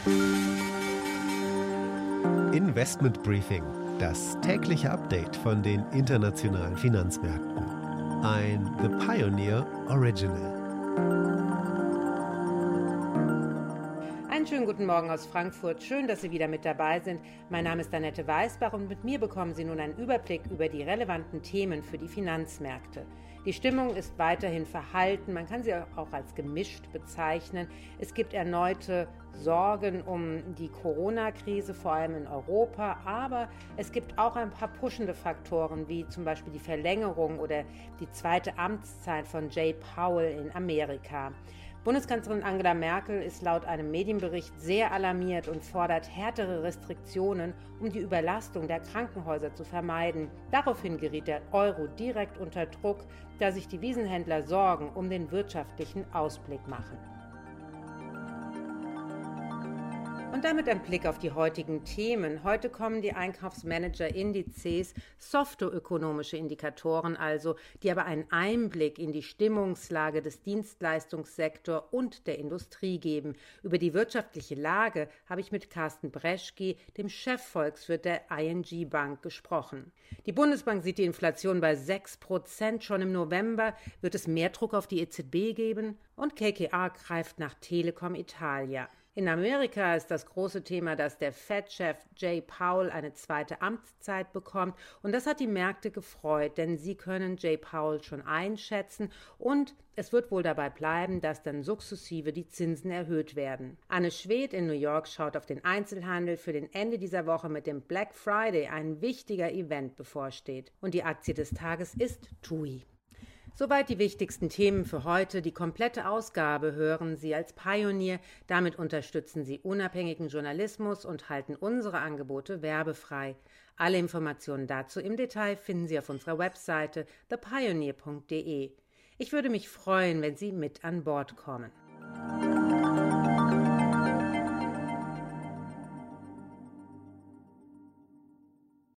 Investment Briefing, das tägliche Update von den internationalen Finanzmärkten. Ein The Pioneer Original. Einen schönen guten Morgen aus Frankfurt. Schön, dass Sie wieder mit dabei sind. Mein Name ist Annette Weisbach und mit mir bekommen Sie nun einen Überblick über die relevanten Themen für die Finanzmärkte. Die Stimmung ist weiterhin verhalten, man kann sie auch als gemischt bezeichnen. Es gibt erneute Sorgen um die Corona-Krise, vor allem in Europa, aber es gibt auch ein paar pushende Faktoren, wie zum Beispiel die Verlängerung oder die zweite Amtszeit von Jay Powell in Amerika. Bundeskanzlerin Angela Merkel ist laut einem Medienbericht sehr alarmiert und fordert härtere Restriktionen, um die Überlastung der Krankenhäuser zu vermeiden. Daraufhin geriet der Euro direkt unter Druck, da sich die Devisenhändler Sorgen um den wirtschaftlichen Ausblick machen. Und damit ein Blick auf die heutigen Themen. Heute kommen die Einkaufsmanager-Indizes, softoökonomische Indikatoren also, die aber einen Einblick in die Stimmungslage des Dienstleistungssektors und der Industrie geben. Über die wirtschaftliche Lage habe ich mit Carsten Breschke, dem Chefvolkswirt der ING Bank, gesprochen. Die Bundesbank sieht die Inflation bei 6% schon im November. Wird es mehr Druck auf die EZB geben? Und KKR greift nach Telekom Italia. In Amerika ist das große Thema, dass der Fed-Chef Jay Powell eine zweite Amtszeit bekommt. Und das hat die Märkte gefreut, denn sie können Jay Powell schon einschätzen. Und es wird wohl dabei bleiben, dass dann sukzessive die Zinsen erhöht werden. Anne Schwedt in New York schaut auf den Einzelhandel. Für den Ende dieser Woche mit dem Black Friday ein wichtiger Event bevorsteht. Und die Aktie des Tages ist TUI. Soweit die wichtigsten Themen für heute. Die komplette Ausgabe hören Sie als Pioneer. Damit unterstützen Sie unabhängigen Journalismus und halten unsere Angebote werbefrei. Alle Informationen dazu im Detail finden Sie auf unserer Webseite thepioneer.de. Ich würde mich freuen, wenn Sie mit an Bord kommen.